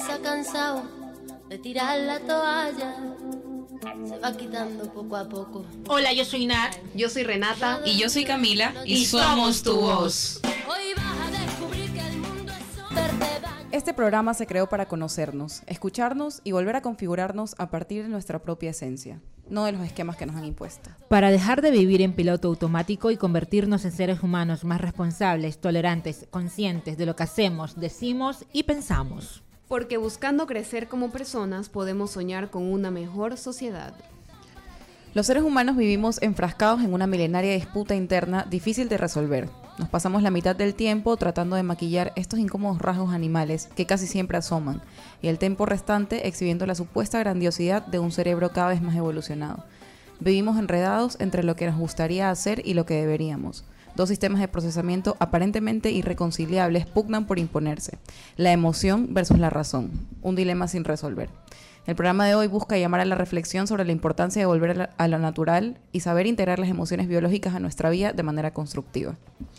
se ha cansado de tirar la toalla, se va quitando poco a poco. Hola, yo soy Nat. Yo soy Renata. Y yo soy Camila. Y somos tu voz. Hoy vas a descubrir que el mundo es hacerte daño. Este programa se creó para conocernos, escucharnos y volver a configurarnos a partir de nuestra propia esencia, no de los esquemas que nos han impuesto. Para dejar de vivir en piloto automático y convertirnos en seres humanos más responsables, tolerantes, conscientes de lo que hacemos, decimos y pensamos. Porque buscando crecer como personas podemos soñar con una mejor sociedad. Los seres humanos vivimos enfrascados en una milenaria disputa interna difícil de resolver. Nos pasamos la mitad del tiempo tratando de maquillar estos incómodos rasgos animales que casi siempre asoman, y el tiempo restante exhibiendo la supuesta grandiosidad de un cerebro cada vez más evolucionado. Vivimos enredados entre lo que nos gustaría hacer y lo que deberíamos. Dos sistemas de procesamiento aparentemente irreconciliables pugnan por imponerse. La emoción versus la razón. Un dilema sin resolver. El programa de hoy busca llamar a la reflexión sobre la importancia de volver a lo natural y saber integrar las emociones biológicas a nuestra vida de manera constructiva.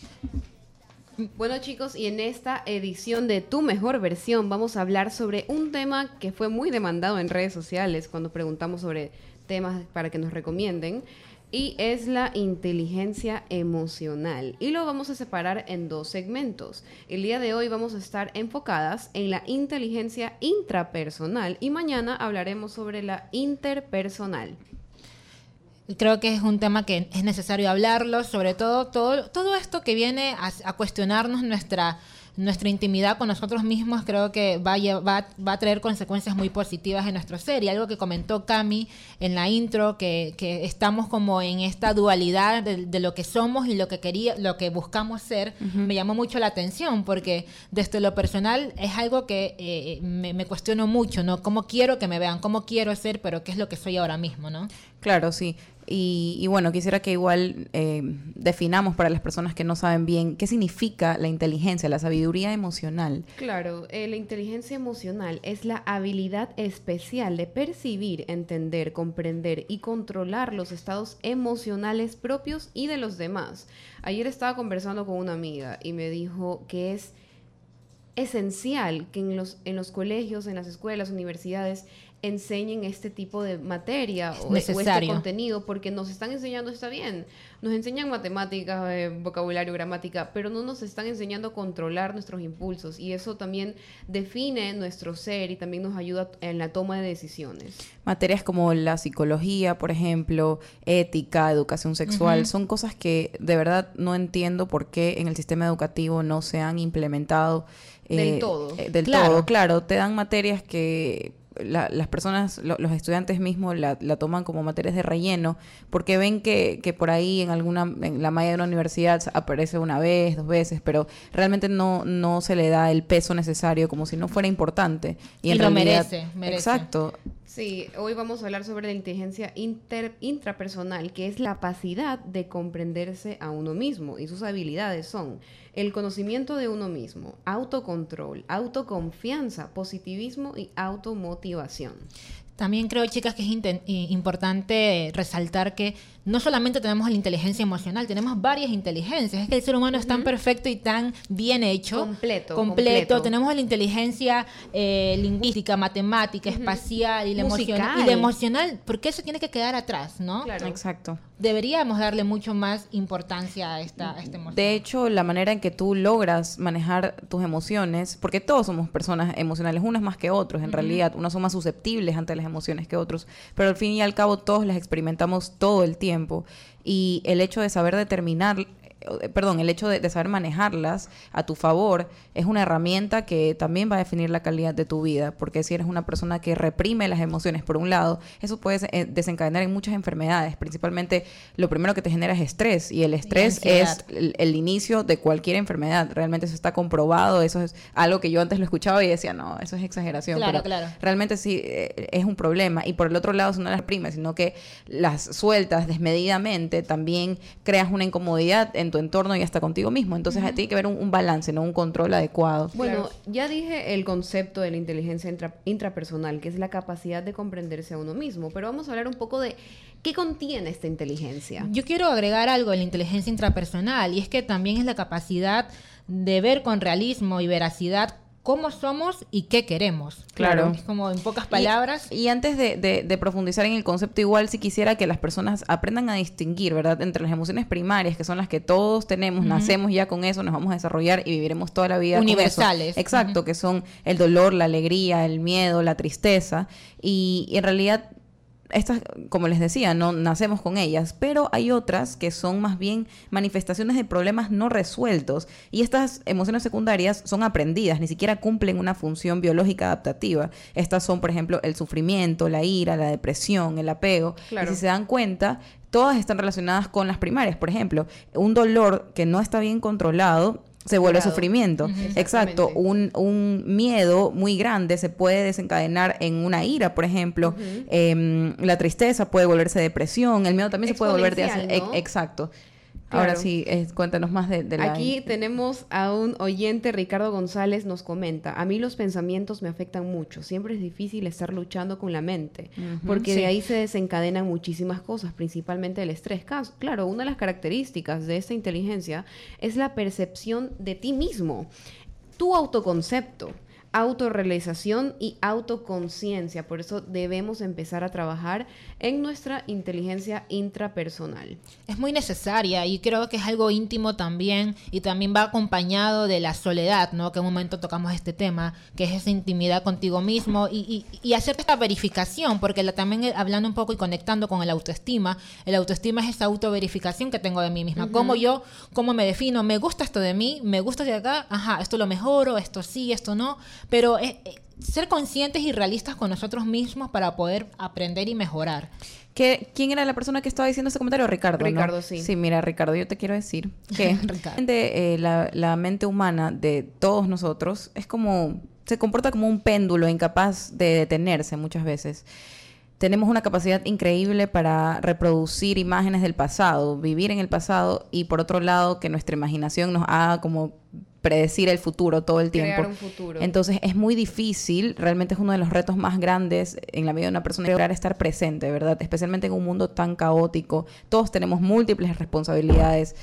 Bueno, chicos, y en esta edición de Tu Mejor Versión vamos a hablar sobre un tema que fue muy demandado en redes sociales cuando preguntamos sobre temas para que nos recomienden, y es la inteligencia emocional. Y lo vamos a separar en dos segmentos. El día de hoy vamos a estar enfocadas en la inteligencia intrapersonal y mañana hablaremos sobre la interpersonal. Creo que es un tema que es necesario hablarlo, sobre todo esto que viene a cuestionarnos nuestra intimidad con nosotros mismos. Creo que va a traer consecuencias muy positivas en nuestro ser. Y algo que comentó Cami en la intro, que estamos como en esta dualidad de lo que somos y lo que buscamos ser, me llamó mucho la atención, porque desde lo personal es algo que me cuestiono mucho, ¿no? ¿Cómo quiero que me vean? ¿Cómo quiero ser? Pero ¿qué es lo que soy ahora mismo, no? Claro, sí. Y bueno, quisiera que igual definamos para las personas que no saben bien qué significa la inteligencia, la sabiduría emocional. Claro, la inteligencia emocional es la habilidad especial de percibir, entender, comprender y controlar los estados emocionales propios y de los demás. Ayer estaba conversando con una amiga y me dijo que es esencial que en los colegios, en las escuelas, universidades, enseñen este tipo de materia o este contenido, porque nos están enseñando, está bien, nos enseñan matemáticas, vocabulario, gramática, pero no nos están enseñando a controlar nuestros impulsos, y eso también define nuestro ser y también nos ayuda en la toma de decisiones. Materias como la psicología, por ejemplo, ética, educación sexual, son cosas que de verdad no entiendo por qué en el sistema educativo no se han implementado del todo. Todo, claro. Te dan materias que las personas, los estudiantes mismos la toman como materias de relleno, porque ven que por ahí en la malla de una universidad aparece una vez, 2 veces, pero realmente no se le da el peso necesario, como si no fuera importante. Y en realidad, merece. Exacto. Sí, hoy vamos a hablar sobre la inteligencia intrapersonal, que es la capacidad de comprenderse a uno mismo, y sus habilidades son el conocimiento de uno mismo, autocontrol, autoconfianza, positivismo y automotivación. También creo, chicas, que es importante resaltar que no solamente tenemos la inteligencia emocional, tenemos varias inteligencias. Es que el ser humano es tan perfecto y tan bien hecho. Completo. Tenemos la inteligencia lingüística, matemática, espacial y la emocional. Y la emocional, porque eso tiene que quedar atrás, ¿no? Claro. Exacto. Deberíamos darle mucho más importancia a esta emoción. De hecho, la manera en que tú logras manejar tus emociones, porque todos somos personas emocionales, unas más que otros, en realidad, unos son más susceptibles ante las emociones que otros, pero al fin y al cabo todos las experimentamos todo el tiempo, y el hecho de saber el hecho de saber manejarlas a tu favor es una herramienta que también va a definir la calidad de tu vida, porque si eres una persona que reprime las emociones por un lado, eso puede desencadenar en muchas enfermedades. Principalmente lo primero que te genera es estrés, y el estrés es el inicio de cualquier enfermedad. Realmente eso está comprobado, eso es algo que yo antes lo escuchaba y decía, no, eso es exageración, claro. Realmente sí es un problema. Y por el otro lado, si no las reprimes, sino que las sueltas desmedidamente, también creas una incomodidad en tu entorno y hasta contigo mismo. Entonces tiene que haber un balance, no un control adecuado. Bueno, ya dije el concepto de la inteligencia intrapersonal, que es la capacidad de comprenderse a uno mismo, pero vamos a hablar un poco de qué contiene esta inteligencia. Yo quiero agregar algo de la inteligencia intrapersonal, y es que también es la capacidad de ver con realismo y veracidad cómo somos y qué queremos. Claro. Es como en pocas palabras. Y antes de profundizar en el concepto, igual sí quisiera que las personas aprendan a distinguir, ¿verdad? Entre las emociones primarias, que son las que todos tenemos, nacemos ya con eso, nos vamos a desarrollar y viviremos toda la vida universales. con eso. Exacto, que son el dolor, la alegría, el miedo, la tristeza. Y en realidad, estas, como les decía, no nacemos con ellas, pero hay otras que son más bien manifestaciones de problemas no resueltos, y estas emociones secundarias son aprendidas, ni siquiera cumplen una función biológica adaptativa. Estas son, por ejemplo, el sufrimiento, la ira, la depresión, el apego. Claro. Y si se dan cuenta, todas están relacionadas con las primarias. Por ejemplo, un dolor que no está bien controlado se vuelve sufrimiento. Exacto. Un miedo muy grande se puede desencadenar en una ira, por ejemplo. La tristeza puede volverse depresión. El miedo también se puede volver de... ¿no? Exacto. Claro. Ahora sí, cuéntanos más de la... Aquí tenemos a un oyente, Ricardo González, nos comenta: a mí los pensamientos me afectan mucho. Siempre es difícil estar luchando con la mente, porque de ahí se desencadenan muchísimas cosas, principalmente el estrés. Claro, una de las características de esta inteligencia es la percepción de ti mismo, tu autoconcepto, autorrealización y autoconciencia. Por eso debemos empezar a trabajar en nuestra inteligencia intrapersonal. Es muy necesaria y creo que es algo íntimo también, y también va acompañado de la soledad, ¿no? Que en un momento tocamos este tema, que es esa intimidad contigo mismo y hacerte esta verificación, porque también hablando un poco y conectando con el autoestima es esa autoverificación que tengo de mí misma. ¿Cómo me defino? ¿Me gusta esto de mí? ¿Me gusta de acá? Ajá, esto lo mejoro, esto sí, esto no. Pero ser conscientes y realistas con nosotros mismos para poder aprender y mejorar. ¿Quién era la persona que estaba diciendo ese comentario? Ricardo, ¿no? Ricardo, sí. Sí, mira, Ricardo, yo te quiero decir que la mente humana de todos nosotros se comporta como un péndulo incapaz de detenerse muchas veces. Tenemos una capacidad increíble para reproducir imágenes del pasado, vivir en el pasado, y por otro lado que nuestra imaginación nos haga como predecir el futuro todo el tiempo. Crear un futuro. Entonces es muy difícil, realmente es uno de los retos más grandes en la vida de una persona, lograr estar presente, ¿verdad? Especialmente en un mundo tan caótico. Todos tenemos múltiples responsabilidades.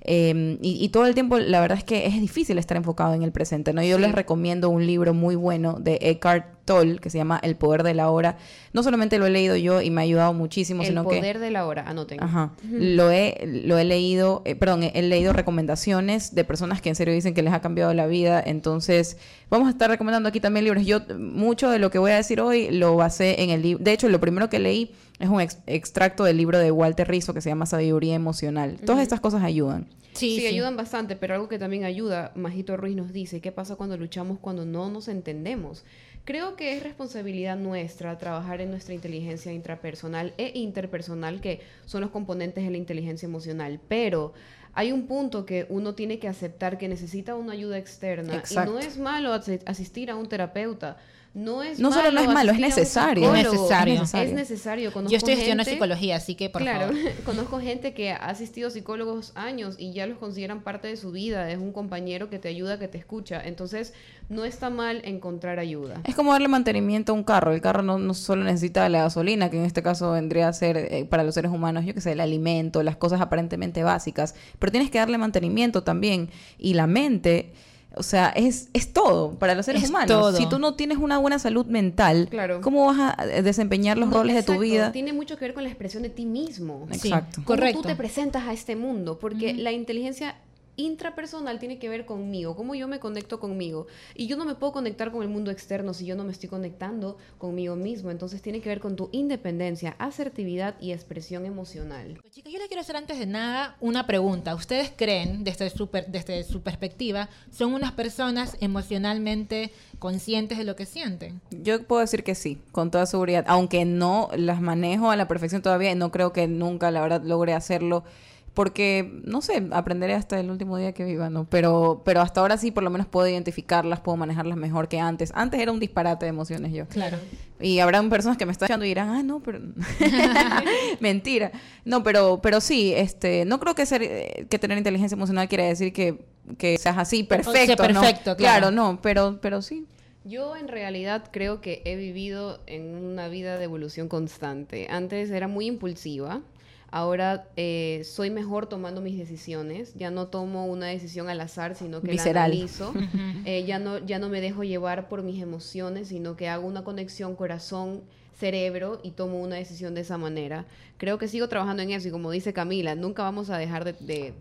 Y todo el tiempo, la verdad es que es difícil estar enfocado en el presente, ¿no? Yo les recomiendo un libro muy bueno de Eckhart Tolle que se llama El poder de la hora. No solamente lo he leído yo y me ha ayudado muchísimo, sino que... El poder de la hora, anoten. Ajá. Lo he leído, he leído recomendaciones de personas que en serio dicen que les ha cambiado la vida. Entonces, vamos a estar recomendando aquí también libros. Yo, mucho de lo que voy a decir hoy lo basé en el libro. De hecho, lo primero que leí es un extracto del libro de Walter Rizzo que se llama Sabiduría Emocional. Todas estas cosas ayudan. Sí, ayudan bastante, pero algo que también ayuda, Majito Ruiz nos dice: ¿qué pasa cuando luchamos cuando no nos entendemos? Creo que es responsabilidad nuestra trabajar en nuestra inteligencia intrapersonal e interpersonal, que son los componentes de la inteligencia emocional, pero hay un punto que uno tiene que aceptar que necesita una ayuda externa. Exacto. Y no es malo asistir a un terapeuta. No solo no es malo, es necesario. Es necesario. Yo estoy estudiando psicología, así que por favor. Conozco gente que ha asistido a psicólogos años y ya los consideran parte de su vida. Es un compañero que te ayuda, que te escucha. Entonces, no está mal encontrar ayuda. Es como darle mantenimiento a un carro. El carro no solo necesita la gasolina, que en este caso vendría a ser para los seres humanos, yo qué sé, el alimento, las cosas aparentemente básicas. Pero tienes que darle mantenimiento también. Y la mente... O sea, es todo para los seres humanos. Todo. Si tú no tienes una buena salud mental, ¿cómo vas a desempeñar los roles de tu vida? Tiene mucho que ver con la expresión de ti mismo. Exacto. ¿Cómo tú te presentas a este mundo? Porque la inteligencia intrapersonal tiene que ver conmigo, cómo yo me conecto conmigo. Y yo no me puedo conectar con el mundo externo si yo no me estoy conectando conmigo mismo. Entonces tiene que ver con tu independencia, asertividad y expresión emocional. Pues, chicas, yo les quiero hacer antes de nada una pregunta. ¿Ustedes creen, desde su perspectiva, son unas personas emocionalmente conscientes de lo que sienten? Yo puedo decir que sí, con toda seguridad. Aunque no las manejo a la perfección todavía y no creo que nunca, la verdad, logre hacerlo. Porque, no sé, aprenderé hasta el último día que viva, ¿no? Pero hasta ahora sí, por lo menos puedo identificarlas, puedo manejarlas mejor que antes. Antes era un disparate de emociones yo. Claro. Y habrán personas que me están escuchando y dirán, no, pero... Mentira. No, pero sí, no creo que tener inteligencia emocional quiere decir que seas así, perfecto, o sea, perfecto, ¿no? claro. Claro, no, pero sí. Yo en realidad creo que he vivido en una vida de evolución constante. Antes era muy impulsiva. Ahora soy mejor tomando mis decisiones. Ya no tomo una decisión al azar, sino que Visceral. la analizo. Ya no me dejo llevar por mis emociones, sino que hago una conexión corazón-cerebro y tomo una decisión de esa manera. Creo que sigo trabajando en eso y como dice Camila, nunca vamos a dejar de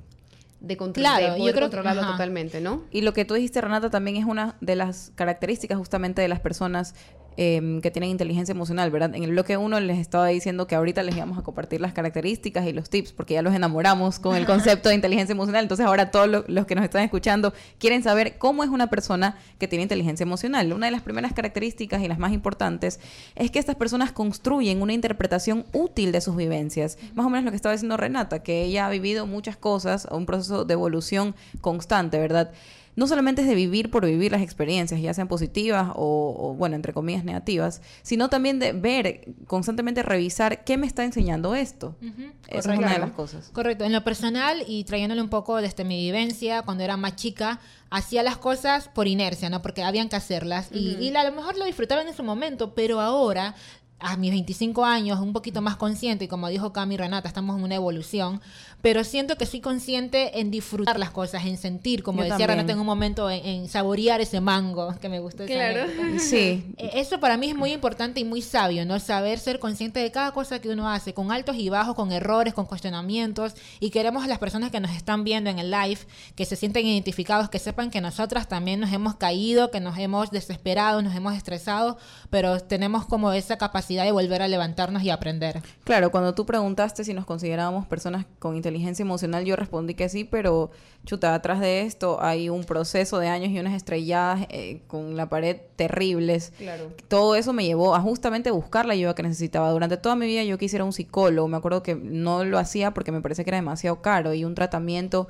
Claro, yo creo que- controlarlo ajá. totalmente, ¿no? Y lo que tú dijiste, Renata, también es una de las características justamente de las personas que tienen inteligencia emocional, ¿verdad? En el bloque 1 les estaba diciendo que ahorita les íbamos a compartir las características y los tips, porque ya los enamoramos con el concepto de inteligencia emocional. Entonces ahora todos los que nos están escuchando quieren saber cómo es una persona que tiene inteligencia emocional. Una de las primeras características y las más importantes es que estas personas construyen una interpretación útil de sus vivencias. Más o menos lo que estaba diciendo Renata, que ella ha vivido muchas cosas, un proceso de evolución constante, ¿verdad? No solamente es de vivir por vivir las experiencias, ya sean positivas o, bueno, entre comillas, negativas, sino también de ver, constantemente revisar qué me está enseñando esto. Esa es una de las cosas. Correcto. En lo personal, y trayéndole un poco desde mi vivencia, cuando era más chica, hacía las cosas por inercia, ¿no? Porque habían que hacerlas. Y a lo mejor lo disfrutaba en ese momento, pero ahora, a mis 25 años, un poquito más consciente, y como dijo Cami y Renata, estamos en una evolución, pero siento que soy consciente en disfrutar las cosas, en sentir, como Yo decía también. Renata en un momento, en saborear ese mango, que me gustó esa Claro. anécdota. Sí, Eso para mí es muy importante y muy sabio, ¿no? Saber ser consciente de cada cosa que uno hace, con altos y bajos, con errores, con cuestionamientos, y queremos a las personas que nos están viendo en el live, que se sienten identificados, que sepan que nosotras también nos hemos caído, que nos hemos desesperado, nos hemos estresado, pero tenemos como esa capacidad de volver a levantarnos y aprender. claro, cuando tú preguntaste si nos considerábamos personas con inteligencia emocional, yo respondí que sí, pero chuta, atrás de esto hay un proceso de años y unas estrelladas con la pared terribles. Claro. Todo eso me llevó a justamente buscar la ayuda que necesitaba. Durante toda mi vida yo quisiera un psicólogo. Me acuerdo que no lo hacía porque me parece que era demasiado caro y un tratamiento,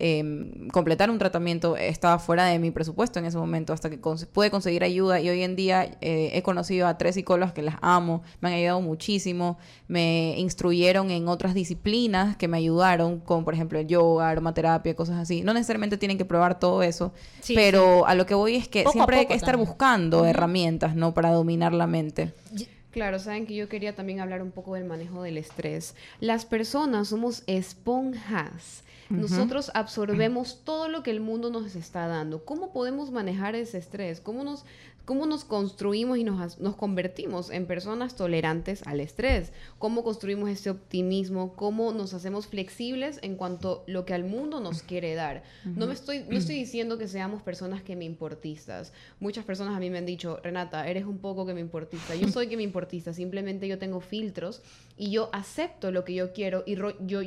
completar un tratamiento estaba fuera de mi presupuesto en ese momento hasta que pude conseguir ayuda y hoy en día he conocido a 3 psicólogas que las amo, me han ayudado muchísimo, me instruyeron en otras disciplinas que me ayudaron, como por ejemplo el yoga, aromaterapia, cosas así. No necesariamente tienen que probar todo eso, Sí, pero a lo que voy es que Poco a siempre hay poco que estar también. buscando herramientas, ¿no? Para dominar la mente. Claro, saben que yo quería también hablar un poco del manejo del estrés. Las personas somos esponjas. Nosotros absorbemos todo lo que el mundo nos está dando. ¿Cómo podemos manejar ese estrés? ¿Cómo nos construimos y nos convertimos en personas tolerantes al estrés? ¿Cómo construimos ese optimismo? ¿Cómo nos hacemos flexibles en cuanto a lo que al mundo nos quiere dar? No estoy diciendo que seamos personas que me importistas. Muchas personas a mí me han dicho, Renata, eres un poco que me importista. Yo soy que me importista, simplemente yo tengo filtros y yo acepto lo que yo quiero y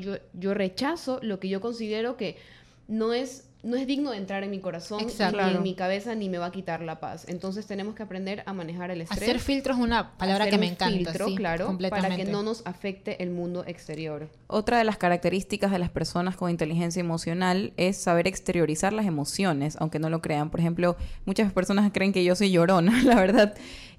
yo rechazo lo que yo considero que no es digno de entrar en mi corazón, Exacto. ni Claro. en mi cabeza, ni me va a quitar la paz. Entonces tenemos que aprender a manejar el estrés. Hacer filtros es una palabra hacer que me un encanta, filtro, sí, claro, completamente. para que no nos afecte el mundo exterior. Otra de las características de las personas con inteligencia emocional es saber exteriorizar las emociones, aunque no lo crean. Por ejemplo, muchas personas creen que yo soy llorona, la verdad.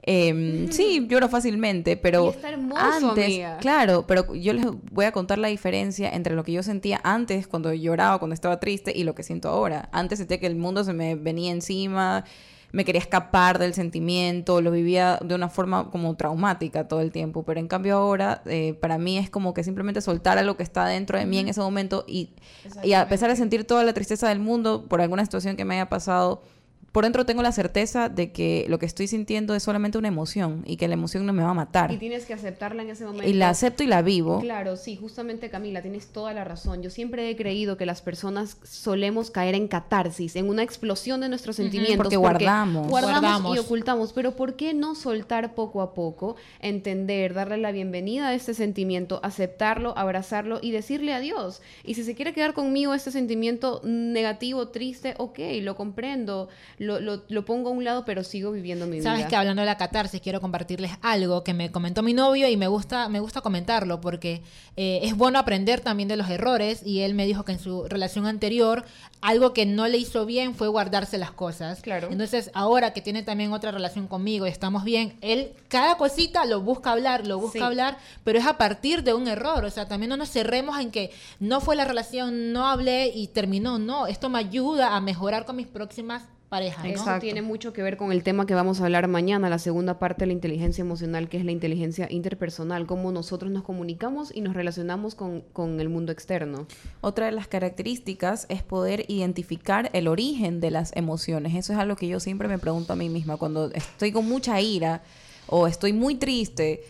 Sí, lloro fácilmente, pero Y está hermoso, antes, amiga. claro, pero yo les voy a contar la diferencia entre lo que yo sentía antes cuando lloraba, cuando estaba triste, y lo que siento ahora. Antes sentía que el mundo se me venía encima, me quería escapar del sentimiento, lo vivía de una forma como traumática todo el tiempo, pero en cambio ahora para mí es como que simplemente soltar a lo que está dentro de mí en ese momento y a pesar de sentir toda la tristeza del mundo por alguna situación que me haya pasado, por dentro tengo la certeza de que lo que estoy sintiendo es solamente una emoción y que la emoción no me va a matar. Y tienes que aceptarla en ese momento. Y la acepto y la vivo. Claro, sí, justamente Camila, tienes toda la razón. Yo siempre he creído que las personas solemos caer en catarsis, en una explosión de nuestros sentimientos. Porque guardamos. Guardamos y ocultamos. Pero ¿por qué no soltar poco a poco, entender, darle la bienvenida a este sentimiento, aceptarlo, abrazarlo y decirle adiós? Y si se quiere quedar conmigo este sentimiento negativo, triste, ok, lo comprendo, lo pongo a un lado, pero sigo viviendo mi vida. Sabes que hablando de la catarsis, quiero compartirles algo que me comentó mi novio y me gusta comentarlo porque es bueno aprender también de los errores y él me dijo que en su relación anterior algo que no le hizo bien fue guardarse las cosas. Claro. Entonces ahora que tiene también otra relación conmigo y estamos bien, él cada cosita lo busca hablar, Sí. pero es a partir de un error. O sea, también no nos cerremos en que no fue la relación, no hablé y terminó. No, esto me ayuda a mejorar con mis próximas pareja, ¿no? Eso Exacto. tiene mucho que ver con el tema que vamos a hablar mañana, la segunda parte de la inteligencia emocional, que es la inteligencia interpersonal, cómo nosotros nos comunicamos y nos relacionamos con el mundo externo. Otra de las características es poder identificar el origen de las emociones. Eso es algo que yo siempre me pregunto a mí misma. Cuando estoy con mucha ira o estoy muy triste,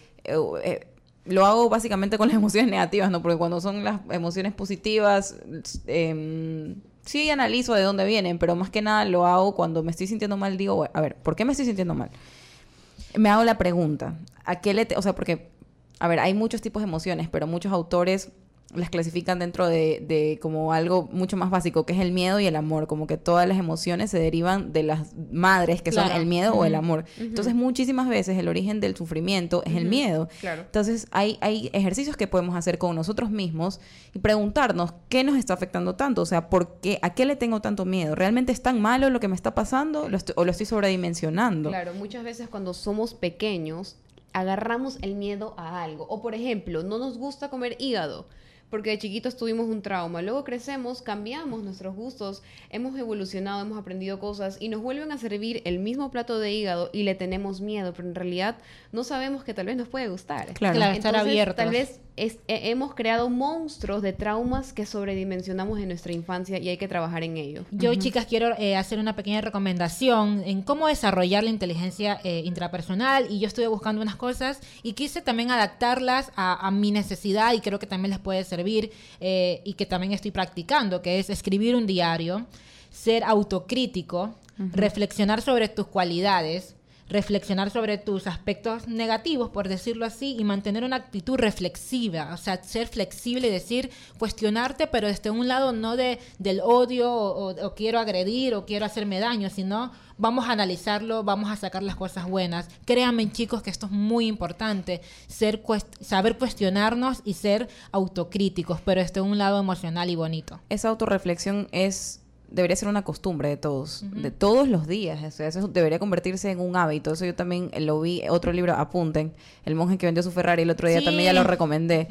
lo hago básicamente con las emociones negativas, ¿no? Porque cuando son las emociones positivas, sí analizo de dónde vienen, pero más que nada lo hago cuando me estoy sintiendo mal. Digo, a ver, ¿por qué me estoy sintiendo mal? Me hago la pregunta, o sea, porque, a ver, hay muchos tipos de emociones, pero muchos autores las clasifican dentro de como algo mucho más básico, que es el miedo y el amor. Como que todas las emociones se derivan de las madres, que son el miedo o el amor. Entonces, muchísimas veces el origen del sufrimiento es el miedo. Claro. Entonces, hay ejercicios que podemos hacer con nosotros mismos y preguntarnos qué nos está afectando tanto. O sea, ¿por qué? ¿A qué le tengo tanto miedo? ¿Realmente es tan malo lo que me está pasando o lo estoy sobredimensionando? Claro, muchas veces cuando somos pequeños agarramos el miedo a algo. O por ejemplo, no nos gusta comer hígado porque de chiquitos tuvimos un trauma. Luego crecemos, cambiamos nuestros gustos, hemos evolucionado, hemos aprendido cosas y nos vuelven a servir el mismo plato de hígado y le tenemos miedo, pero en realidad no sabemos que tal vez nos puede gustar. Claro. Claro, estar Entonces, abiertos. tal vez hemos creado monstruos de traumas que sobredimensionamos en nuestra infancia y hay que trabajar en ello. Yo, chicas, quiero hacer una pequeña recomendación en cómo desarrollar la inteligencia intrapersonal, y yo estuve buscando unas cosas y quise también adaptarlas a mi necesidad, y creo que también les puede servir, y que también estoy practicando, que es escribir un diario, ser autocrítico, reflexionar sobre tus cualidades, reflexionar sobre tus aspectos negativos, por decirlo así, y mantener una actitud reflexiva, o sea, ser flexible y decir, cuestionarte, pero desde un lado no del odio o quiero agredir o quiero hacerme daño, sino vamos a analizarlo, vamos a sacar las cosas buenas. Créanme, chicos, que esto es muy importante, saber cuestionarnos y ser autocríticos, pero desde un lado emocional y bonito. Esa autorreflexión debería ser una costumbre de todos, de todos los días. O sea, eso debería convertirse en un hábito. Eso yo también lo vi, otro libro, apunten, El monje que vendió su Ferrari, el otro día Sí. también ya lo recomendé.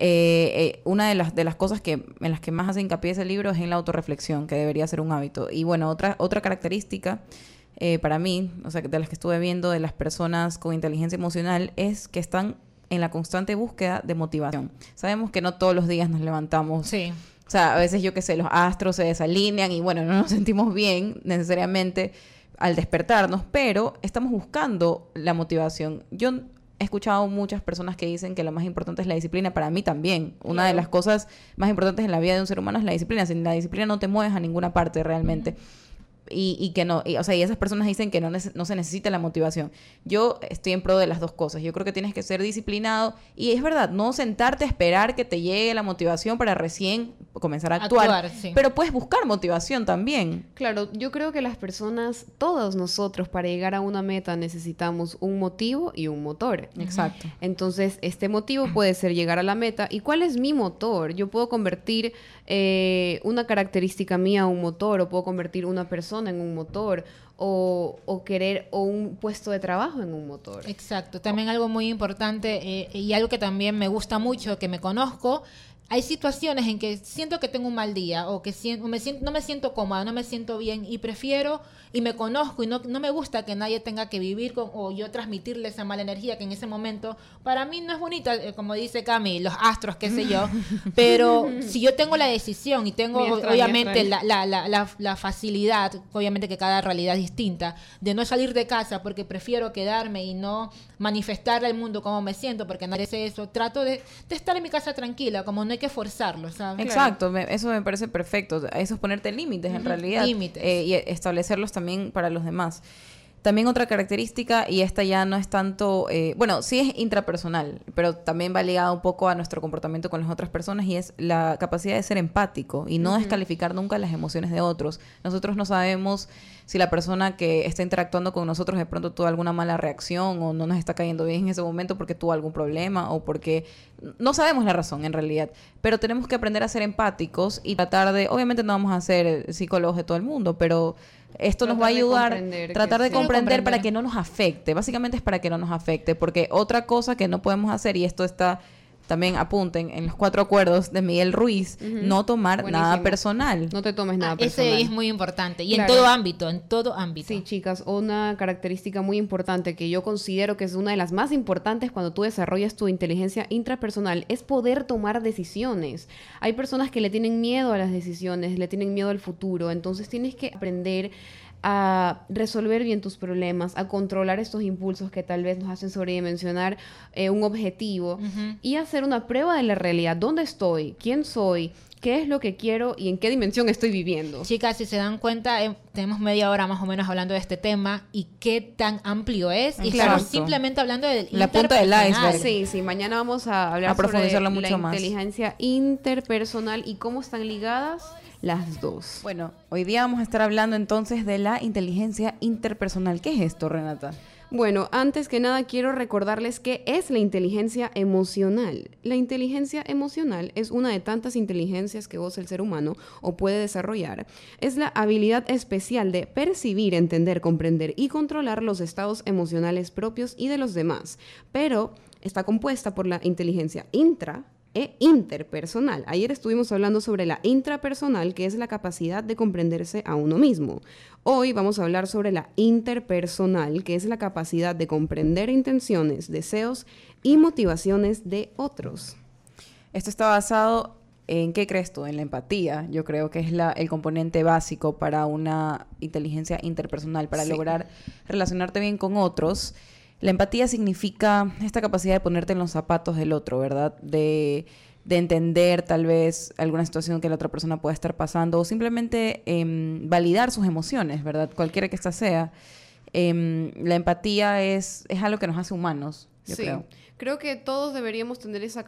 Una de las cosas en las que más hace hincapié ese libro es en la autorreflexión, que debería ser un hábito. Y bueno, otra característica para mí, o sea, de las que estuve viendo de las personas con inteligencia emocional, es que están en la constante búsqueda de motivación. Sabemos que no todos los días nos levantamos. Sí. O sea, a veces, yo qué sé, los astros se desalinean y bueno, no nos sentimos bien necesariamente al despertarnos, pero estamos buscando la motivación. Yo he escuchado muchas personas que dicen que lo más importante es la disciplina. Para mí también. Una de las cosas más importantes en la vida de un ser humano es la disciplina. Sin la disciplina no te mueves a ninguna parte realmente. Y que no, o sea, y esas personas dicen que no se necesita la motivación. Yo estoy en pro de las dos cosas. Yo creo que tienes que ser disciplinado y es verdad, no sentarte a esperar que te llegue la motivación para recién comenzar a actuar. Sí. Pero puedes buscar motivación también. Claro, yo creo que las personas, todos nosotros, para llegar a una meta necesitamos un motivo y un motor. Exacto. Entonces, este motivo puede ser llegar a la meta. ¿Y cuál es mi motor? Yo puedo convertir una característica mía en un motor, o puedo convertir una persona en un motor, o un puesto de trabajo en un motor. Exacto. También algo muy importante y algo que también me gusta mucho, que me conozco. Hay situaciones en que siento que tengo un mal día o que no me siento cómoda, no me siento bien y prefiero y me conozco y no me gusta que nadie tenga que vivir o yo transmitirle esa mala energía que en ese momento para mí no es bonita, como dice Cami, los astros, qué sé yo, pero si yo tengo la decisión y tengo obviamente la facilidad, obviamente que cada realidad es distinta, de no salir de casa porque prefiero quedarme y no manifestarle al mundo cómo me siento porque nadie hace eso, trato de estar en mi casa tranquila, como no hay que forzarlo, ¿sabes? Exacto, eso me parece perfecto. Eso es ponerte límites en realidad. Límites. Y establecerlos también para los demás. También otra característica, y esta ya no es tanto, bueno, sí es intrapersonal, pero también va ligada un poco a nuestro comportamiento con las otras personas, y es la capacidad de ser empático y no descalificar nunca las emociones de otros. Nosotros no sabemos si la persona que está interactuando con nosotros de pronto tuvo alguna mala reacción o no nos está cayendo bien en ese momento porque tuvo algún problema o porque no sabemos la razón en realidad, pero tenemos que aprender a ser empáticos y tratar de, obviamente no vamos a ser psicólogos de todo el mundo, pero esto nos va a ayudar, tratar de comprender para que no nos afecte. Básicamente es para que no nos afecte, porque otra cosa que no podemos hacer, y esto está también apunten en los 4 acuerdos de Miguel Ruiz, no tomar nada Buenísimo. personal. No te tomes nada personal. Ese es muy importante. Y Claro. en todo ámbito. Sí, chicas, una característica muy importante que yo considero que es una de las más importantes cuando tú desarrollas tu inteligencia intrapersonal es poder tomar decisiones. Hay personas que le tienen miedo a las decisiones, le tienen miedo al futuro, entonces tienes que aprender a resolver bien tus problemas, a controlar estos impulsos que tal vez nos hacen sobredimensionar un objetivo y hacer una prueba de la realidad. ¿Dónde estoy? ¿Quién soy? ¿Qué es lo que quiero? ¿Y en qué dimensión estoy viviendo? Chicas, si se dan cuenta, tenemos media hora más o menos hablando de este tema y qué tan amplio es. Y Claro. estamos simplemente hablando del La punta del interpersonal. iceberg. Sí, mañana vamos a hablar A profundizarlo sobre mucho la más. inteligencia interpersonal y cómo están ligadas las dos. Bueno, hoy día vamos a estar hablando entonces de la inteligencia interpersonal. ¿Qué es esto, Renata? Bueno, antes que nada quiero recordarles qué es la inteligencia emocional. La inteligencia emocional es una de tantas inteligencias que goza el ser humano o puede desarrollar. Es la habilidad especial de percibir, entender, comprender y controlar los estados emocionales propios y de los demás, pero está compuesta por la inteligencia intra e interpersonal. Ayer estuvimos hablando sobre la intrapersonal, que es la capacidad de comprenderse a uno mismo. Hoy vamos a hablar sobre la interpersonal, que es la capacidad de comprender intenciones, deseos y motivaciones de otros. Esto está basado en, ¿qué crees tú? En la empatía. Yo creo que es el componente básico para una inteligencia interpersonal, para Sí. lograr relacionarte bien con otros. La empatía significa esta capacidad de ponerte en los zapatos del otro, ¿verdad? De entender tal vez alguna situación que la otra persona pueda estar pasando o simplemente validar sus emociones, ¿verdad? Cualquiera que ésta sea. La empatía es algo que nos hace humanos, yo Sí. creo. Creo que todos deberíamos tener esa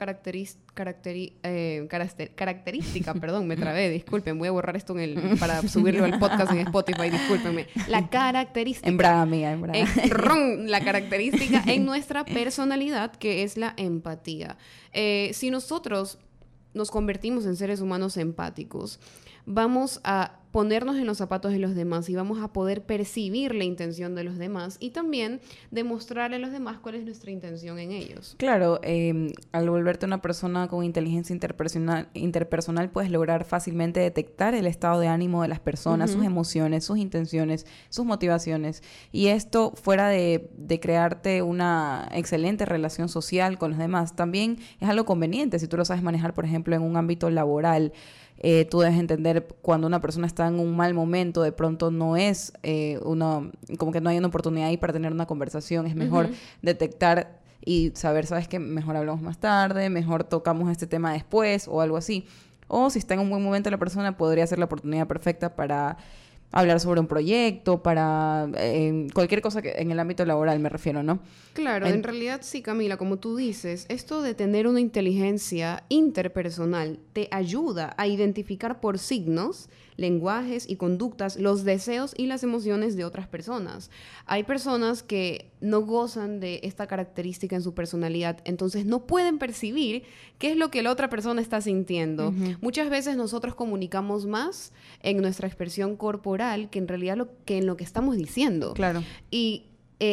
característica, perdón, me trabé, disculpen, voy a borrar esto para subirlo al podcast en Spotify, discúlpenme. La característica. En braga, amiga, en braga. La característica en nuestra personalidad, que es la empatía. Si nosotros nos convertimos en seres humanos empáticos, vamos a ponernos en los zapatos de los demás y vamos a poder percibir la intención de los demás y también demostrarle a los demás cuál es nuestra intención en ellos. Claro, al volverte una persona con inteligencia interpersonal puedes lograr fácilmente detectar el estado de ánimo de las personas, sus emociones, sus intenciones, sus motivaciones. Y esto, fuera de crearte una excelente relación social con los demás, también es algo conveniente si tú lo sabes manejar, por ejemplo, en un ámbito laboral. Tú debes entender cuando una persona está en un mal momento, de pronto no es como que no hay una oportunidad ahí para tener una conversación. Es mejor detectar y saber, ¿sabes qué? Mejor hablamos más tarde, mejor tocamos este tema después o algo así. O si está en un buen momento la persona, podría ser la oportunidad perfecta para hablar sobre un proyecto, para cualquier cosa que en el ámbito laboral me refiero, ¿no? Claro, en realidad sí, Camila, como tú dices, esto de tener una inteligencia interpersonal te ayuda a identificar por signos, lenguajes y conductas los deseos y las emociones de otras personas. Hay personas que no gozan de esta característica en su personalidad, entonces no pueden percibir qué es lo que la otra persona está sintiendo. Muchas veces nosotros comunicamos más en nuestra expresión corporal que en realidad en lo que estamos diciendo. Claro. Y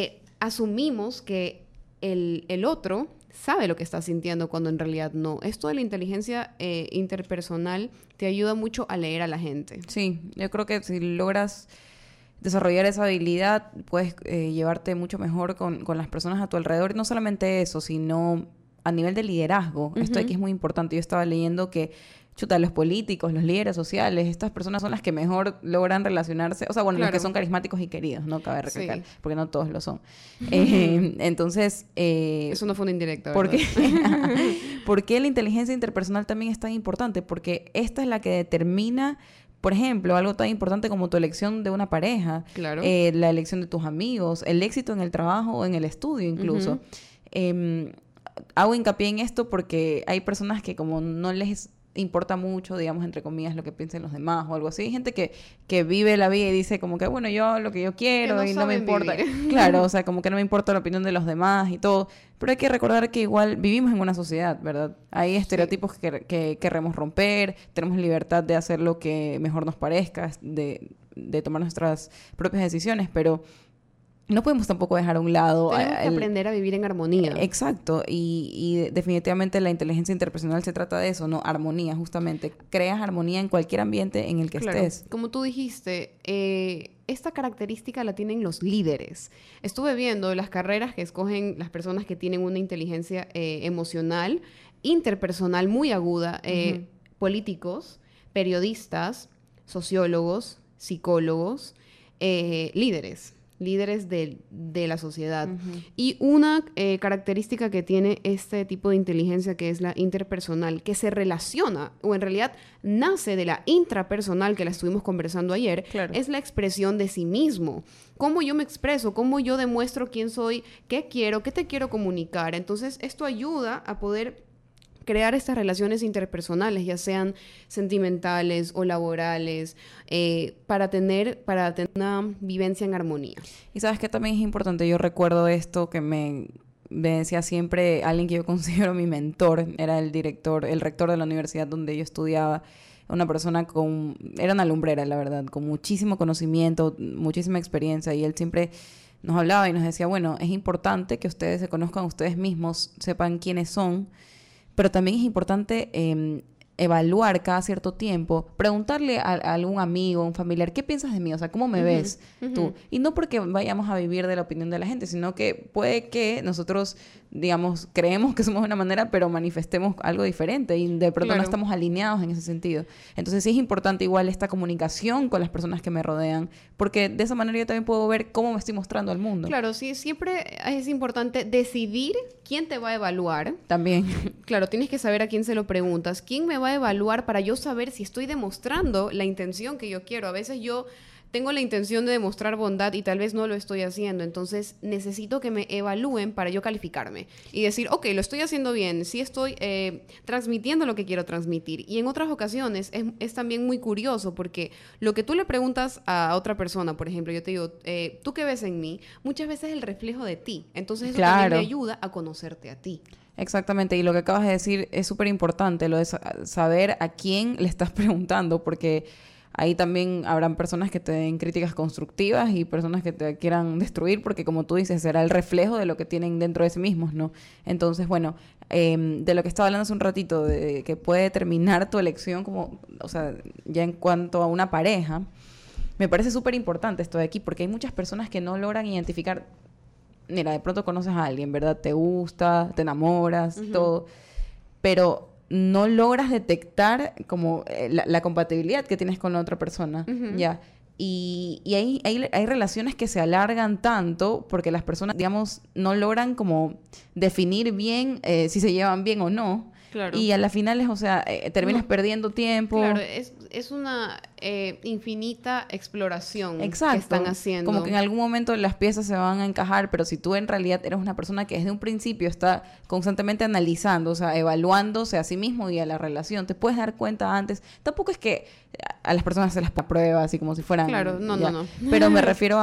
asumimos que el otro sabe lo que está sintiendo cuando en realidad no. Esto de la inteligencia interpersonal te ayuda mucho a leer a la gente. Sí, yo creo que si logras desarrollar esa habilidad, puedes llevarte mucho mejor con las personas a tu alrededor. Y no solamente eso, sino a nivel de liderazgo. Esto aquí es muy importante. Yo estaba leyendo que los políticos, los líderes sociales, estas personas son las que mejor logran relacionarse. O sea, bueno, Claro. los que son carismáticos y queridos, ¿no? Cabe recalcar, Sí. porque no todos lo son. Entonces, Eso no fue una indirecta, ¿por ¿verdad? qué? ¿Por qué la inteligencia interpersonal también es tan importante? Porque esta es la que determina, por ejemplo, algo tan importante como tu elección de una pareja, Claro. la elección de tus amigos, el éxito en el trabajo o en el estudio incluso. Hago hincapié en esto porque hay personas que como no les importa mucho, digamos, entre comillas, lo que piensen los demás o algo así. Hay gente que vive la vida y dice como que, bueno, yo lo que yo quiero Que no y no me saben importa. vivir. Claro, o sea, como que no me importa la opinión de los demás y todo. Pero hay que recordar que igual vivimos en una sociedad, ¿verdad? Hay estereotipos que queremos romper, tenemos libertad de hacer lo que mejor nos parezca, de tomar nuestras propias decisiones, pero no podemos tampoco dejar a un lado... Tenemos que aprender a vivir en armonía. Exacto, y definitivamente la inteligencia interpersonal se trata de eso, ¿no? Armonía, justamente. Creas armonía en cualquier ambiente en el que estés. Como tú dijiste, esta característica la tienen los líderes. Estuve viendo las carreras que escogen las personas que tienen una inteligencia emocional, interpersonal muy aguda, políticos, periodistas, sociólogos, psicólogos, líderes de la sociedad. Y una característica que tiene este tipo de inteligencia, que es la interpersonal, que se relaciona, o en realidad nace de la intrapersonal, que la estuvimos conversando ayer, es la expresión de sí mismo. Cómo yo me expreso, cómo yo demuestro quién soy, qué quiero, qué te quiero comunicar. Entonces, esto ayuda a poder crear estas relaciones interpersonales, ya sean sentimentales o laborales, para tener una vivencia en armonía. Y sabes que también es importante, yo recuerdo esto que me decía siempre alguien que yo considero mi mentor, era el rector de la universidad donde yo estudiaba, una persona era una lumbrera, la verdad, con muchísimo conocimiento, muchísima experiencia, y él siempre nos hablaba y nos decía, bueno, es importante que ustedes se conozcan ustedes mismos, sepan quiénes son, pero también es importante evaluar cada cierto tiempo, preguntarle a algún amigo, un familiar, ¿qué piensas de mí? O sea, ¿cómo me ves tú? Y no porque vayamos a vivir de la opinión de la gente, sino que puede que nosotros, digamos, creemos que somos de una manera, pero manifestemos algo diferente y de pronto no estamos alineados en ese sentido. Entonces sí es importante igual esta comunicación con las personas que me rodean, porque de esa manera yo también puedo ver cómo me estoy mostrando al mundo. Claro, sí, siempre es importante decidir quién te va a evaluar. También. Claro, tienes que saber a quién se lo preguntas. ¿Quién me va a evaluar para yo saber si estoy demostrando la intención que yo quiero? A veces yo tengo la intención de demostrar bondad y tal vez no lo estoy haciendo. Entonces necesito que me evalúen para yo calificarme y decir, ok, lo estoy haciendo bien, sí estoy transmitiendo lo que quiero transmitir. Y en otras ocasiones es también muy curioso, porque lo que tú le preguntas a otra persona, por ejemplo, yo te digo, ¿tú qué ves en mí? Muchas veces es el reflejo de ti. Entonces eso también me ayuda a conocerte a ti. Exactamente, y lo que acabas de decir es súper importante, lo de saber a quién le estás preguntando, porque ahí también habrán personas que te den críticas constructivas y personas que te quieran destruir, porque como tú dices, será el reflejo de lo que tienen dentro de sí mismos, ¿no? Entonces, bueno, de lo que estaba hablando hace un ratito, de que puede determinar tu elección como, o sea, ya en cuanto a una pareja, me parece súper importante esto de aquí, porque hay muchas personas que no logran identificar. Mira, de pronto conoces a alguien, ¿verdad? Te gusta, te enamoras, todo, pero no logras detectar como la compatibilidad que tienes con la otra persona, ¿ya? Y hay relaciones que se alargan tanto porque las personas, digamos, no logran como definir bien si se llevan bien o no. Claro. Y a la final es, o sea, terminas perdiendo tiempo. Claro, es una infinita exploración que están haciendo. Como que en algún momento las piezas se van a encajar, pero si tú en realidad eres una persona que desde un principio está constantemente analizando, o sea, evaluándose a sí mismo y a la relación, te puedes dar cuenta antes. Tampoco es que a las personas se las prueba así como si fueran... Claro, no. Pero me refiero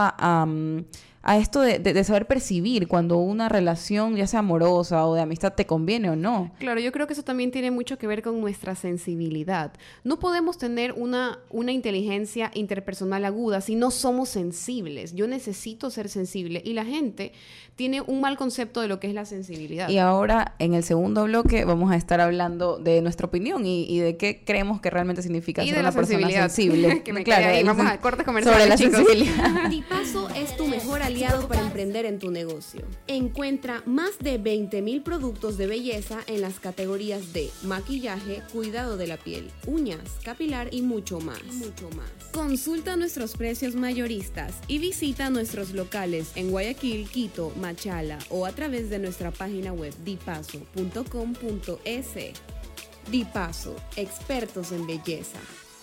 a esto de saber percibir cuando una relación, ya sea amorosa o de amistad, te conviene o no. Claro, yo creo que eso también tiene mucho que ver con nuestra sensibilidad. No podemos tener una inteligencia interpersonal aguda si no somos sensibles. Yo necesito ser sensible y la gente tiene un mal concepto de lo que es la sensibilidad. Y ahora, en el segundo bloque, vamos a estar hablando de nuestra opinión y de qué creemos que realmente significa ser una persona sensible. Que me claro, ahí. Vamos a cortes comerciales, sobre la chicos. Sensibilidad. Dipaso es tu mejor aliado para emprender en tu negocio. Encuentra más de 20,000 productos de belleza en las categorías de maquillaje, cuidado de la piel, uñas, capilar y mucho más. Consulta nuestros precios mayoristas y visita nuestros locales en Guayaquil, Quito, Machala o a través de nuestra página web dipaso.com.es. Dipaso, expertos en belleza.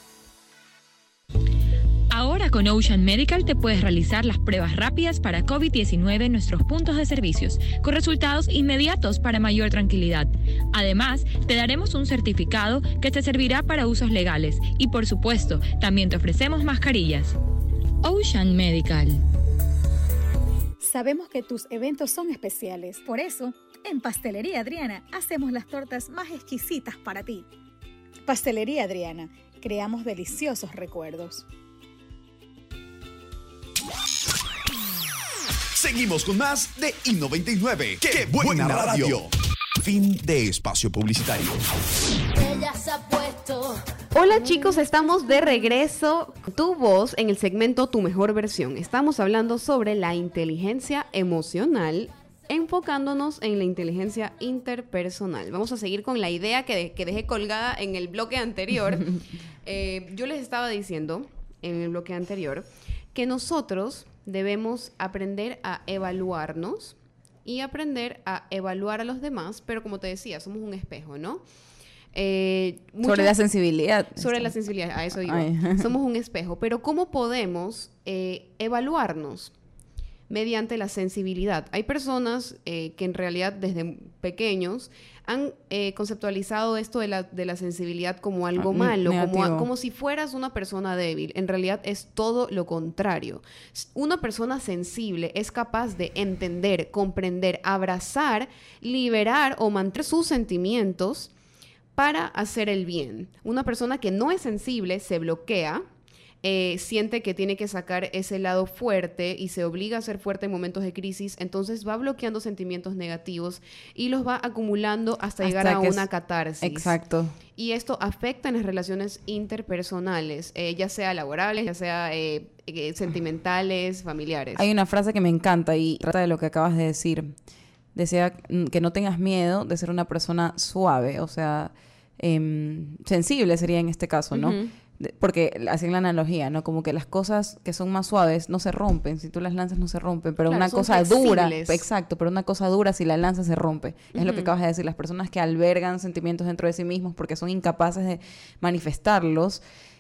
Ahora con Ocean Medical te puedes realizar las pruebas rápidas para COVID-19 en nuestros puntos de servicios, con resultados inmediatos para mayor tranquilidad. Además, te daremos un certificado que te servirá para usos legales y, por supuesto, también te ofrecemos mascarillas. Ocean Medical. Sabemos que tus eventos son especiales, por eso, en Pastelería Adriana hacemos las tortas más exquisitas para ti. Pastelería Adriana, creamos deliciosos recuerdos. Seguimos con más de I99. ¡Qué buena radio! Fin de espacio publicitario. Ella se ha puesto. Hola chicos, estamos de regreso. Tu voz en el segmento Tu Mejor Versión. Estamos hablando sobre la inteligencia emocional, enfocándonos en la inteligencia interpersonal. Vamos a seguir con la idea que dejé colgada en el bloque anterior. Yo les estaba diciendo en el bloque anterior que nosotros debemos aprender a evaluarnos y aprender a evaluar a los demás, pero como te decía, somos un espejo, ¿no? Sobre la sensibilidad. Sobre la sensibilidad, a eso digo. Somos un espejo, pero ¿cómo podemos evaluarnos? Mediante la sensibilidad. Hay personas que en realidad desde pequeños han conceptualizado esto de la sensibilidad como algo malo, como si fueras una persona débil. En realidad es todo lo contrario. Una persona sensible es capaz de entender, comprender, abrazar, liberar o mantener sus sentimientos para hacer el bien. Una persona que no es sensible se bloquea, siente que tiene que sacar ese lado fuerte y se obliga a ser fuerte en momentos de crisis, entonces va bloqueando sentimientos negativos y los va acumulando hasta llegar a una catarsis. Exacto. Y esto afecta en las relaciones interpersonales, ya sea laborales, ya sea sentimentales, familiares. Hay una frase que me encanta y trata de lo que acabas de decir. Decía que no tengas miedo de ser una persona suave, o sea, sensible sería en este caso, ¿no? Porque hacen la analogía, ¿no? Como que las cosas que son más suaves no se rompen. Si tú las lanzas no se rompen. Pero claro, una cosa dura... Exacto. Pero una cosa dura si la lanzas se rompe. Es lo que acabas de decir. Las personas que albergan sentimientos dentro de sí mismos porque son incapaces de manifestarlos,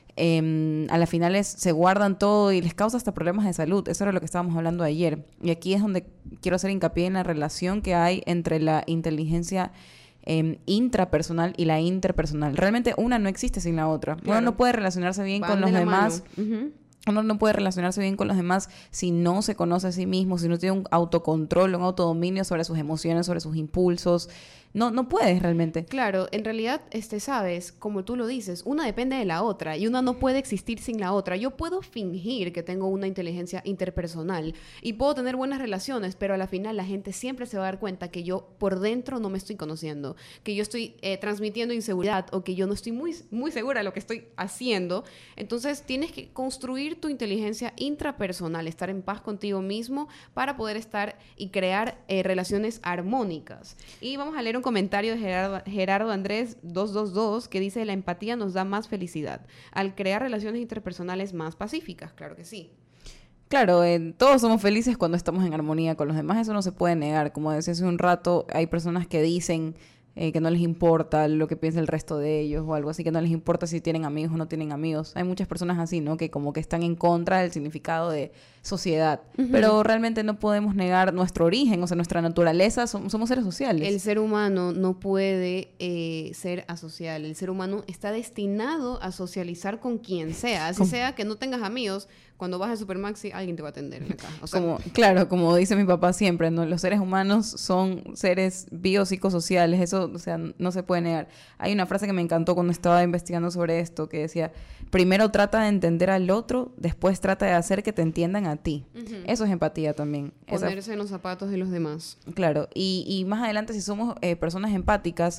a las finales se guardan todo y les causa hasta problemas de salud. Eso era lo que estábamos hablando ayer. Y aquí es donde quiero hacer hincapié en la relación que hay entre la inteligencia intrapersonal y la interpersonal. Realmente una no existe sin la otra. Claro. Uno no puede relacionarse bien con los demás. Uno no puede relacionarse bien con los demás si no se conoce a sí mismo, si no tiene un autocontrol, un autodominio sobre sus emociones, sobre sus impulsos. No puedes realmente. Claro, en realidad, sabes, como tú lo dices, una depende de la otra y una no puede existir sin la otra. Yo puedo fingir que tengo una inteligencia interpersonal y puedo tener buenas relaciones, pero a la final la gente siempre se va a dar cuenta que yo por dentro no me estoy conociendo, que yo estoy transmitiendo inseguridad o que yo no estoy muy segura de lo que estoy haciendo. Entonces tienes que construir tu inteligencia intrapersonal, estar en paz contigo mismo para poder estar y crear relaciones armónicas. Y vamos a leer un comentario de Gerardo Andrés 222 que dice: la empatía nos da más felicidad al crear relaciones interpersonales más pacíficas. Claro que sí. Claro, todos somos felices cuando estamos en armonía con los demás, eso no se puede negar. Como decía hace un rato, hay personas que dicen que no les importa lo que piensa el resto de ellos o algo así, que no les importa si tienen amigos o no tienen amigos. Hay muchas personas así, ¿no? Que como que están en contra del significado de sociedad. Pero realmente no podemos negar nuestro origen, o sea, nuestra naturaleza, somos seres sociales. El ser humano no puede ser asocial. El ser humano está destinado a socializar con quien sea. Así sea que no tengas amigos, cuando vas al Supermaxi, alguien te va a atender en la caja. O sea, como dice mi papá siempre, ¿no? Los seres humanos son seres biopsicosociales. Eso, o sea, no se puede negar. Hay una frase que me encantó cuando estaba investigando sobre esto, que decía: primero trata de entender al otro, después trata de hacer que te entiendan a ti. Eso es empatía también. Ponerse en los zapatos de los demás. Claro. Y más adelante, si somos personas empáticas,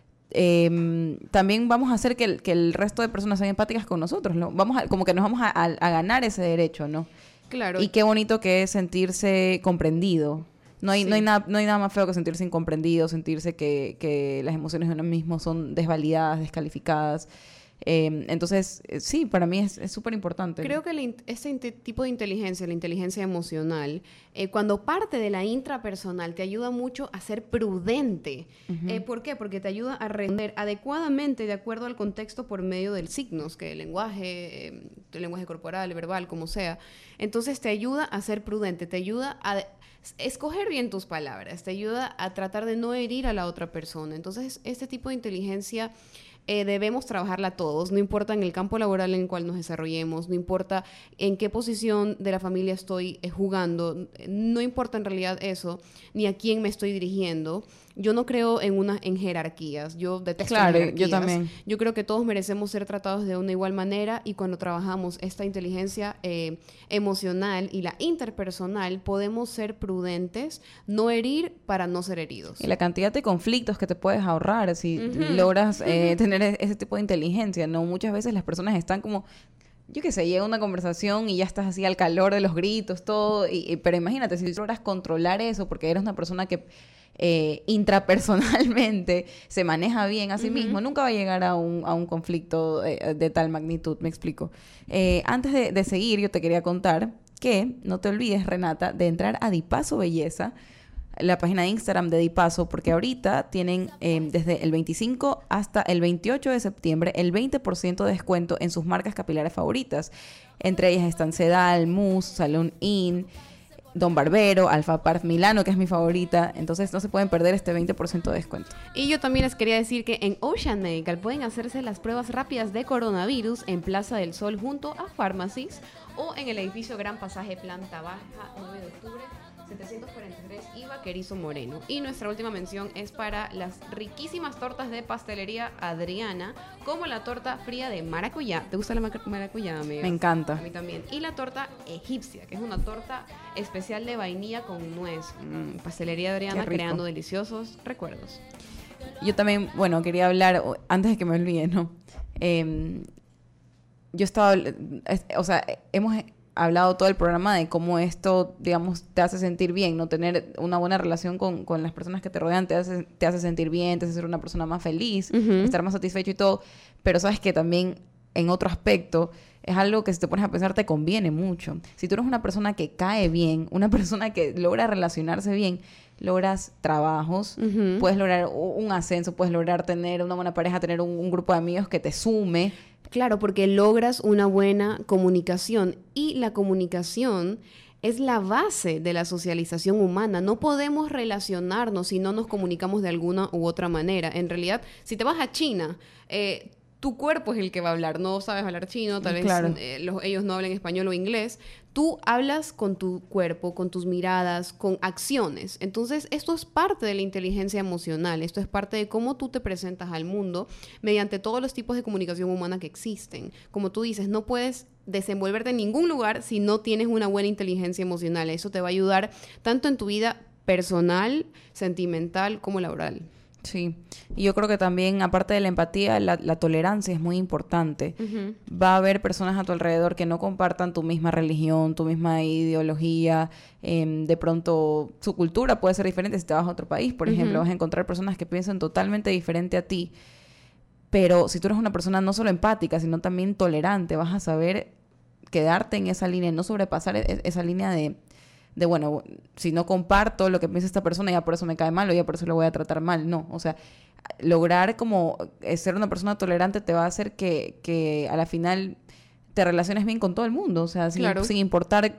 también vamos a hacer que el resto de personas sean empáticas con nosotros, ¿no? Como que nos vamos a ganar ese derecho, ¿no? Claro. Y qué bonito que es sentirse comprendido. No hay nada más feo que sentirse incomprendido, sentirse que las emociones de uno mismo son desvalidadas, descalificadas. Entonces, sí, para mí es súper importante. Creo que este tipo de inteligencia, la inteligencia emocional, cuando parte de la intrapersonal, te ayuda mucho a ser prudente. ¿Por qué? Porque te ayuda a responder adecuadamente de acuerdo al contexto por medio del signos, que el lenguaje corporal, verbal, como sea. Entonces te ayuda a ser prudente, te ayuda a escoger bien tus palabras, te ayuda a tratar de no herir a la otra persona. Entonces, este tipo de inteligencia debemos trabajarla todos, no importa en el campo laboral en el cual nos desarrollemos, no importa en qué posición de la familia estoy jugando, no importa en realidad eso, ni a quién me estoy dirigiendo. Yo no creo en jerarquías, yo detesto las jerarquías. Yo también. Yo creo que todos merecemos ser tratados de una igual manera y cuando trabajamos esta inteligencia emocional y la interpersonal, podemos ser prudentes, no herir para no ser heridos. Y la cantidad de conflictos que te puedes ahorrar si logras tener ese tipo de inteligencia, ¿no? Muchas veces las personas están como... Yo qué sé, llega una conversación y ya estás así al calor de los gritos, todo. Pero imagínate, si logras controlar eso porque eres una persona que intrapersonalmente se maneja bien a sí mismo, nunca va a llegar a un conflicto de tal magnitud, me explico. Antes de seguir, yo te quería contar que no te olvides, Renata, de entrar a Dipaso Belleza, la página de Instagram de Dipaso, porque ahorita tienen desde el 25 hasta el 28 de septiembre el 20% de descuento en sus marcas capilares favoritas. Entre ellas están Sedal, Mousse, Salon In, Don Barbero, Alpha Parf Milano, que es mi favorita. Entonces no se pueden perder este 20% de descuento. Y yo también les quería decir que en Ocean Medical pueden hacerse las pruebas rápidas de coronavirus en Plaza del Sol junto a Pharmacies o en el edificio Gran Pasaje Planta Baja 9 de octubre 743 y Vaquerizo Moreno. Y nuestra última mención es para las riquísimas tortas de pastelería Adriana, como la torta fría de maracuyá. ¿Te gusta la maracuyá, amiga? Me encanta. A mí también. Y la torta egipcia, que es una torta especial de vainilla con nuez. Pastelería Adriana, creando deliciosos recuerdos. Yo también, bueno, quería hablar, antes de que me olvide, ¿no? Yo estaba, o sea, hemos hablado todo el programa de cómo esto, digamos, te hace sentir bien, ¿no? Tener una buena relación con las personas que te rodean te hace sentir bien, te hace ser una persona más feliz, estar más satisfecho y todo. Pero sabes que también, en otro aspecto, es algo que si te pones a pensar te conviene mucho. Si tú eres una persona que cae bien, una persona que logra relacionarse bien, logras trabajos, puedes lograr un ascenso, puedes lograr tener una buena pareja, tener un grupo de amigos que te sume. Claro, porque logras una buena comunicación y la comunicación es la base de la socialización humana. No podemos relacionarnos si no nos comunicamos de alguna u otra manera. En realidad, si te vas a China, tu cuerpo es el que va a hablar. No sabes hablar chino, tal vez ellos no hablen español o inglés. Tú hablas con tu cuerpo, con tus miradas, con acciones. Entonces, esto es parte de la inteligencia emocional. Esto es parte de cómo tú te presentas al mundo mediante todos los tipos de comunicación humana que existen. Como tú dices, no puedes desenvolverte en ningún lugar si no tienes una buena inteligencia emocional. Eso te va a ayudar tanto en tu vida personal, sentimental, como laboral. Sí, y yo creo que también, aparte de la empatía, la tolerancia es muy importante. Va a haber personas a tu alrededor que no compartan tu misma religión, tu misma ideología, de pronto su cultura puede ser diferente si te vas a otro país, por ejemplo, vas a encontrar personas que piensan totalmente diferente a ti, pero si tú eres una persona no solo empática, sino también tolerante, vas a saber quedarte en esa línea, no sobrepasar esa línea de bueno, si no comparto lo que piensa esta persona, ya por eso me cae mal o ya por eso lo voy a tratar mal. No, o sea, lograr como ser una persona tolerante te va a hacer que a la final te relaciones bien con todo el mundo. O sea, sin importar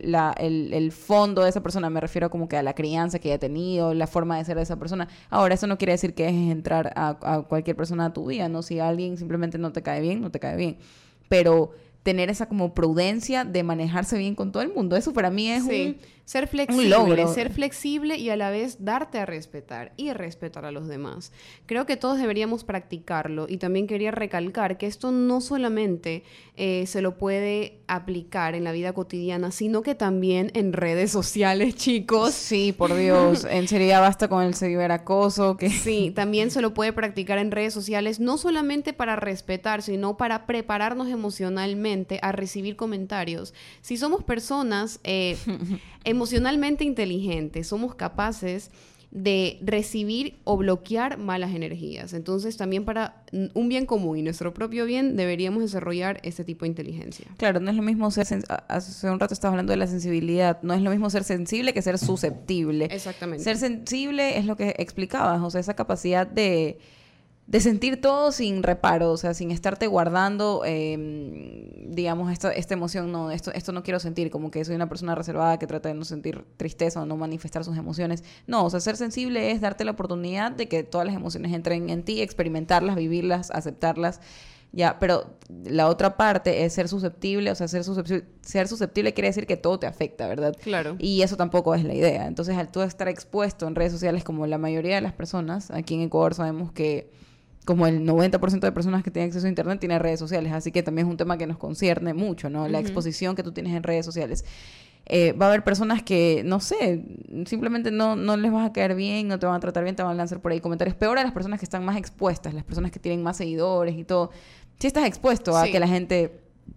el fondo de esa persona. Me refiero como que a la crianza que haya tenido, la forma de ser de esa persona. Ahora, eso no quiere decir que dejes entrar a cualquier persona a tu vida, ¿no? Si alguien simplemente no te cae bien, no te cae bien. Pero tener esa como prudencia de manejarse bien con todo el mundo. Eso para mí es ser flexible, un logro. Ser flexible y a la vez darte a respetar y respetar a los demás. Creo que todos deberíamos practicarlo y también quería recalcar que esto no solamente se lo puede aplicar en la vida cotidiana, sino que también en redes sociales, chicos. Sí, por Dios. En serio, ya basta con el ciberacoso. Sí, también se lo puede practicar en redes sociales, no solamente para respetar, sino para prepararnos emocionalmente a recibir comentarios. Si somos personas emocionalmente inteligentes, somos capaces de recibir o bloquear malas energías. Entonces, también para un bien común y nuestro propio bien, deberíamos desarrollar este tipo de inteligencia. Claro, no es lo mismo hace un rato estabas hablando de la sensibilidad, no es lo mismo ser sensible que ser susceptible. Exactamente. Ser sensible es lo que explicabas, o sea, esa capacidad de sentir todo sin reparo, o sea, sin estarte guardando, digamos, esta emoción, no, esto no quiero sentir, como que soy una persona reservada que trata de no sentir tristeza o no manifestar sus emociones. No, o sea, ser sensible es darte la oportunidad de que todas las emociones entren en ti, experimentarlas, vivirlas, aceptarlas. Ya, pero la otra parte es ser susceptible, o sea, ser susceptible quiere decir que todo te afecta, ¿verdad? Claro. Y eso tampoco es la idea. Entonces, al tú estar expuesto en redes sociales, como la mayoría de las personas, aquí en Ecuador sabemos que como el 90% de personas que tienen acceso a internet tiene redes sociales, así que también es un tema que nos concierne mucho, ¿no? La exposición que tú tienes en redes sociales. Va a haber personas que, no sé, simplemente no les vas a caer bien, no te van a tratar bien, te van a lanzar por ahí comentarios. Peor a las personas que están más expuestas, las personas que tienen más seguidores y todo. Si estás expuesto a que la gente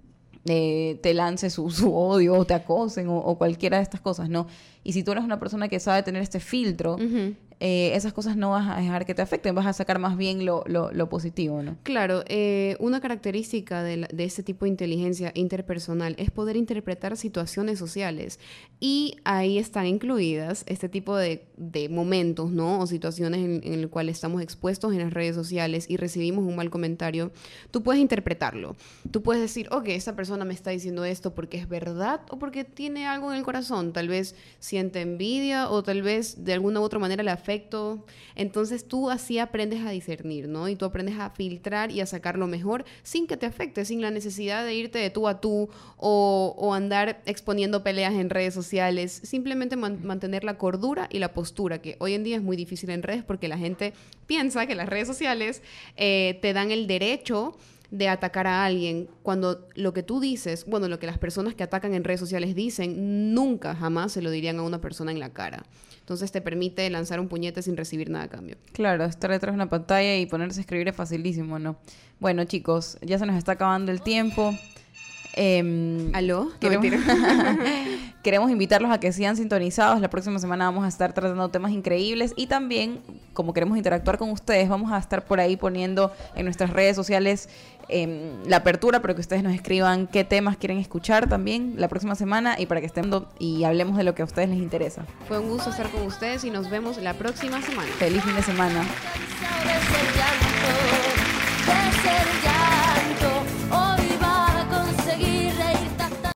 te lance su odio o te acosen o cualquiera de estas cosas, ¿no? Y si tú eres una persona que sabe tener este filtro, esas cosas no vas a dejar que te afecten, vas a sacar más bien lo positivo, ¿no? Claro, una característica de este tipo de inteligencia interpersonal es poder interpretar situaciones sociales, y ahí están incluidas este tipo de momentos, ¿no? O situaciones en el cual estamos expuestos en las redes sociales y recibimos un mal comentario. Tú puedes interpretarlo. Tú puedes decir, ok, esta persona me está diciendo esto porque es verdad o porque tiene algo en el corazón. Tal vez siente envidia o tal vez de alguna u otra manera le afecto. Entonces tú así aprendes a discernir, ¿no? Y tú aprendes a filtrar y a sacar lo mejor sin que te afecte, sin la necesidad de irte de tú a tú o andar exponiendo peleas en redes sociales. Simplemente mantener la cordura y la postura, que hoy en día es muy difícil en redes porque la gente piensa que las redes sociales te dan el derecho de atacar a alguien, cuando lo que tú dices, bueno, lo que las personas que atacan en redes sociales dicen, nunca, jamás se lo dirían a una persona en la cara. Entonces te permite lanzar un puñete sin recibir nada a cambio. Claro, estar detrás de una pantalla y ponerse a escribir es facilísimo, ¿no? Bueno, chicos, ya se nos está acabando el tiempo. ¿Aló? Queremos invitarlos a que sean sintonizados. La próxima semana vamos a estar tratando temas increíbles y también, como queremos interactuar con ustedes, vamos a estar por ahí poniendo en nuestras redes sociales la apertura para que ustedes nos escriban qué temas quieren escuchar también la próxima semana y para que estemos y hablemos de lo que a ustedes les interesa. Fue un gusto estar con ustedes y nos vemos la próxima semana. Feliz fin de semana.